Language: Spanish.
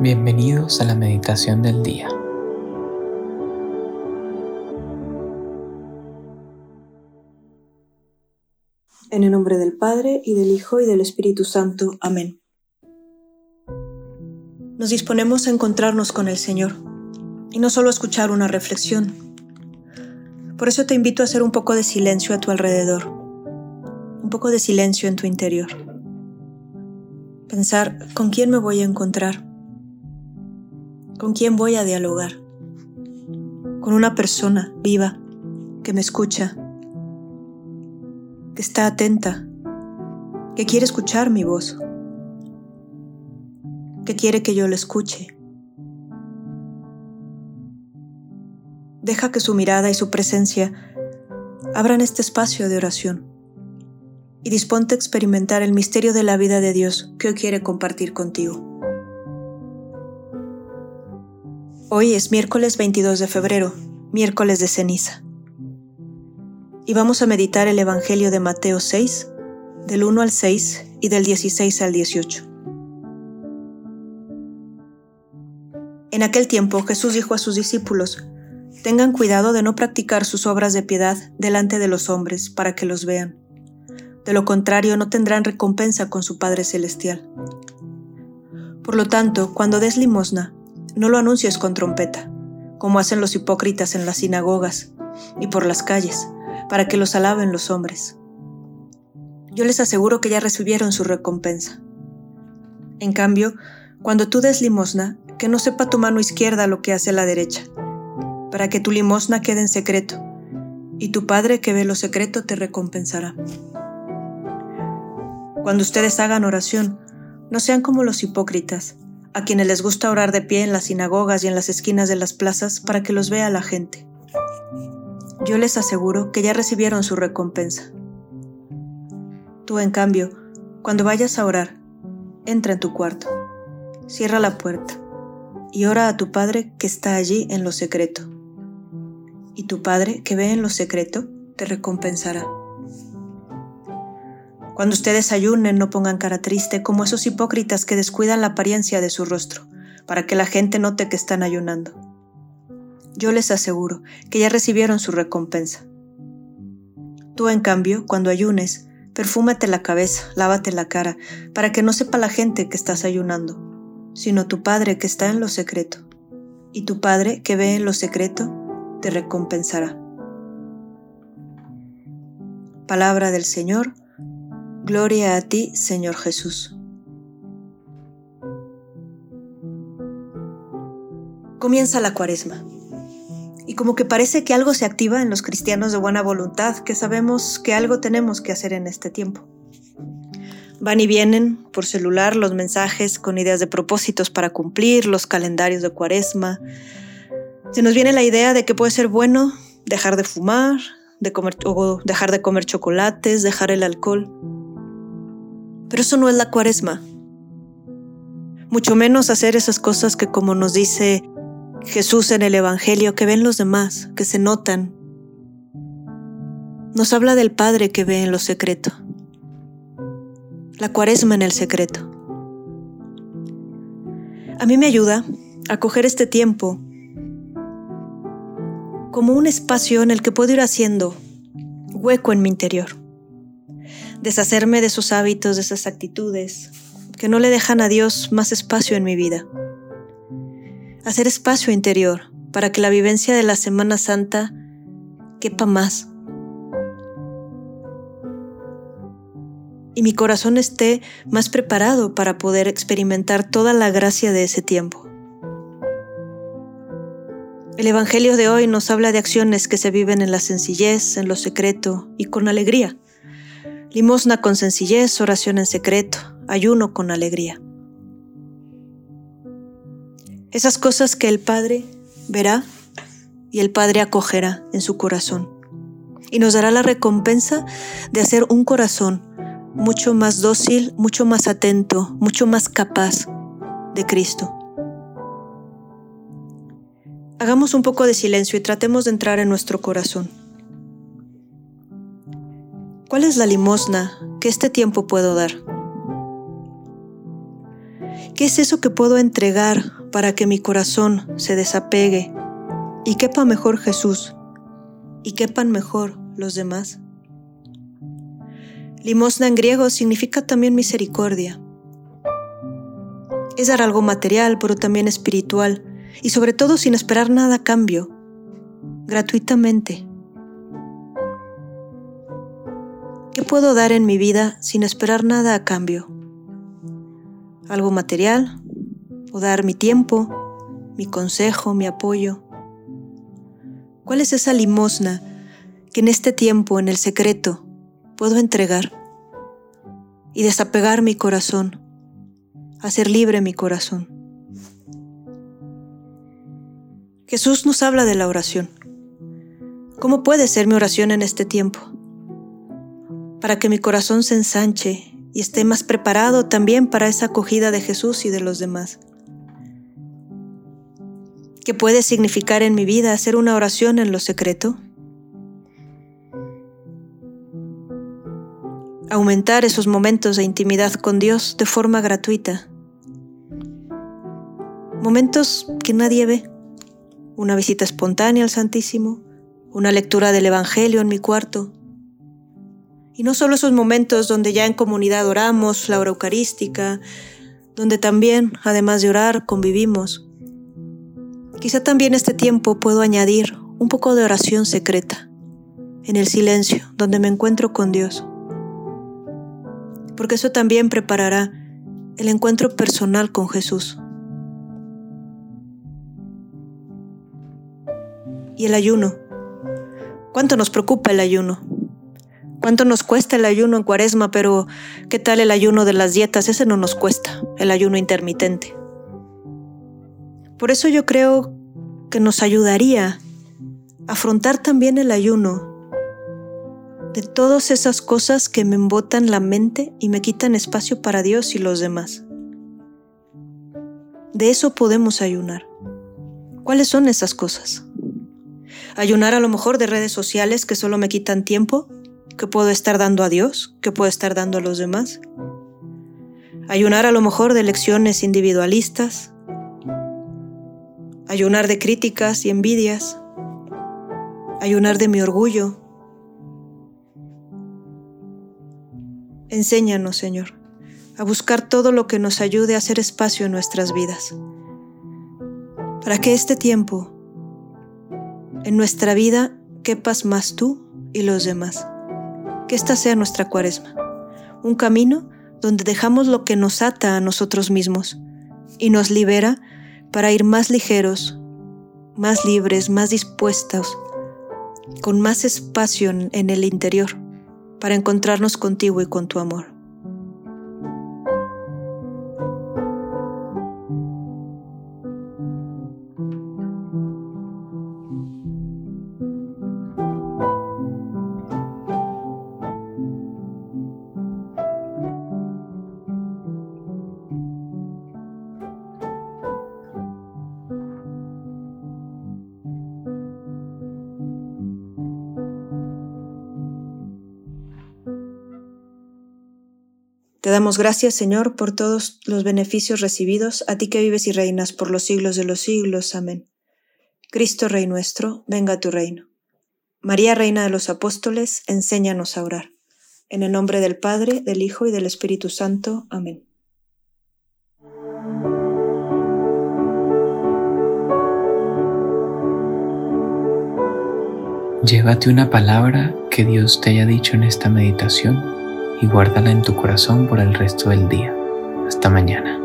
Bienvenidos a la meditación del día. En el nombre del Padre, y del Hijo, y del Espíritu Santo. Amén. Nos disponemos a encontrarnos con el Señor, y no solo a escuchar una reflexión. Por eso te invito a hacer un poco de silencio a tu alrededor, un poco de silencio en tu interior. Pensar, ¿con quién me voy a encontrar? ¿Con quién voy a dialogar? Con una persona viva, que me escucha, que está atenta, que quiere escuchar mi voz, que quiere que yo lo escuche. Deja que su mirada y su presencia abran este espacio de oración y disponte a experimentar el misterio de la vida de Dios que hoy quiere compartir contigo. Hoy es miércoles 22 de febrero, miércoles de ceniza. Y vamos a meditar el Evangelio de Mateo 6, del 1 al 6 y del 16 al 18. En aquel tiempo Jesús dijo a sus discípulos: tengan cuidado de no practicar sus obras de piedad delante de los hombres para que los vean. De lo contrario, no tendrán recompensa con su Padre Celestial. Por lo tanto, cuando des limosna, no lo anuncies con trompeta, como hacen los hipócritas en las sinagogas y por las calles, para que los alaben los hombres. Yo les aseguro que ya recibieron su recompensa. En cambio, cuando tú des limosna, que no sepa tu mano izquierda lo que hace la derecha, para que tu limosna quede en secreto, y tu Padre que ve lo secreto te recompensará. Cuando ustedes hagan oración, no sean como los hipócritas, a quienes les gusta orar de pie en las sinagogas y en las esquinas de las plazas para que los vea la gente. Yo les aseguro que ya recibieron su recompensa. Tú, en cambio, cuando vayas a orar, entra en tu cuarto, cierra la puerta y ora a tu Padre que está allí en lo secreto. Y tu Padre que ve en lo secreto te recompensará. Cuando ustedes ayunen, no pongan cara triste como esos hipócritas que descuidan la apariencia de su rostro, para que la gente note que están ayunando. Yo les aseguro que ya recibieron su recompensa. Tú, en cambio, cuando ayunes, perfúmate la cabeza, lávate la cara, para que no sepa la gente que estás ayunando, sino tu Padre que está en lo secreto. Y tu Padre que ve en lo secreto te recompensará. Palabra del Señor. Gloria a ti, Señor Jesús. Comienza la Cuaresma. Y como que parece que algo se activa en los cristianos de buena voluntad, que sabemos que algo tenemos que hacer en este tiempo. Van y vienen por celular los mensajes con ideas de propósitos para cumplir, los calendarios de Cuaresma. Se nos viene la idea de que puede ser bueno dejar de fumar, dejar de comer chocolates, dejar el alcohol. Pero eso no es la Cuaresma. Mucho menos hacer esas cosas que, como nos dice Jesús en el Evangelio, que ven los demás, que se notan. Nos habla del Padre que ve en lo secreto. La Cuaresma en el secreto. A mí me ayuda a coger este tiempo como un espacio en el que puedo ir haciendo hueco en mi interior. Deshacerme de esos hábitos, de esas actitudes que no le dejan a Dios más espacio en mi vida. Hacer espacio interior para que la vivencia de la Semana Santa quepa más. Y mi corazón esté más preparado para poder experimentar toda la gracia de ese tiempo. El Evangelio de hoy nos habla de acciones que se viven en la sencillez, en lo secreto y con alegría. Limosna con sencillez, oración en secreto, ayuno con alegría. Esas cosas que el Padre verá y el Padre acogerá en su corazón. Y nos dará la recompensa de hacer un corazón mucho más dócil, mucho más atento, mucho más capaz de Cristo. Hagamos un poco de silencio y tratemos de entrar en nuestro corazón. ¿Cuál es la limosna que este tiempo puedo dar? ¿Qué es eso que puedo entregar para que mi corazón se desapegue y quepa mejor Jesús y quepan mejor los demás? Limosna en griego significa también misericordia. Es dar algo material, pero también espiritual, y sobre todo sin esperar nada a cambio, gratuitamente. ¿Qué puedo dar en mi vida sin esperar nada a cambio? ¿Algo material? ¿O dar mi tiempo, mi consejo, mi apoyo? ¿Cuál es esa limosna que en este tiempo, en el secreto, puedo entregar y desapegar mi corazón, hacer libre mi corazón? Jesús nos habla de la oración. ¿Cómo puede ser mi oración en este tiempo? Para que mi corazón se ensanche y esté más preparado también para esa acogida de Jesús y de los demás. ¿Qué puede significar en mi vida hacer una oración en lo secreto? Aumentar esos momentos de intimidad con Dios de forma gratuita. Momentos que nadie ve. Una visita espontánea al Santísimo, una lectura del Evangelio en mi cuarto. Y no solo esos momentos donde ya en comunidad oramos, la hora eucarística, donde también, además de orar, convivimos. Quizá también este tiempo puedo añadir un poco de oración secreta, en el silencio, donde me encuentro con Dios. Porque eso también preparará el encuentro personal con Jesús. Y el ayuno. ¿Cuánto nos preocupa el ayuno? ¿Cuánto nos cuesta el ayuno en Cuaresma? Pero ¿qué tal el ayuno de las dietas? Ese no nos cuesta, el ayuno intermitente. Por eso yo creo que nos ayudaría a afrontar también el ayuno de todas esas cosas que me embotan la mente y me quitan espacio para Dios y los demás. De eso podemos ayunar. ¿Cuáles son esas cosas? Ayunar a lo mejor de redes sociales que solo me quitan tiempo, que puedo estar dando a Dios, que puedo estar dando a los demás. Ayunar a lo mejor de lecciones individualistas. Ayunar de críticas y envidias. Ayunar de mi orgullo. Enséñanos, Señor, a buscar todo lo que nos ayude a hacer espacio en nuestras vidas, para que este tiempo, en nuestra vida, quepas más tú y los demás. Que esta sea nuestra Cuaresma, un camino donde dejamos lo que nos ata a nosotros mismos y nos libera para ir más ligeros, más libres, más dispuestos, con más espacio en el interior, para encontrarnos contigo y con tu amor. Te damos gracias, Señor, por todos los beneficios recibidos, a ti que vives y reinas por los siglos de los siglos. Amén. Cristo, Rey nuestro, venga a tu reino. María, Reina de los Apóstoles, enséñanos a orar. En el nombre del Padre, del Hijo y del Espíritu Santo. Amén. Llévate una palabra que Dios te haya dicho en esta meditación y guárdala en tu corazón por el resto del día. Hasta mañana.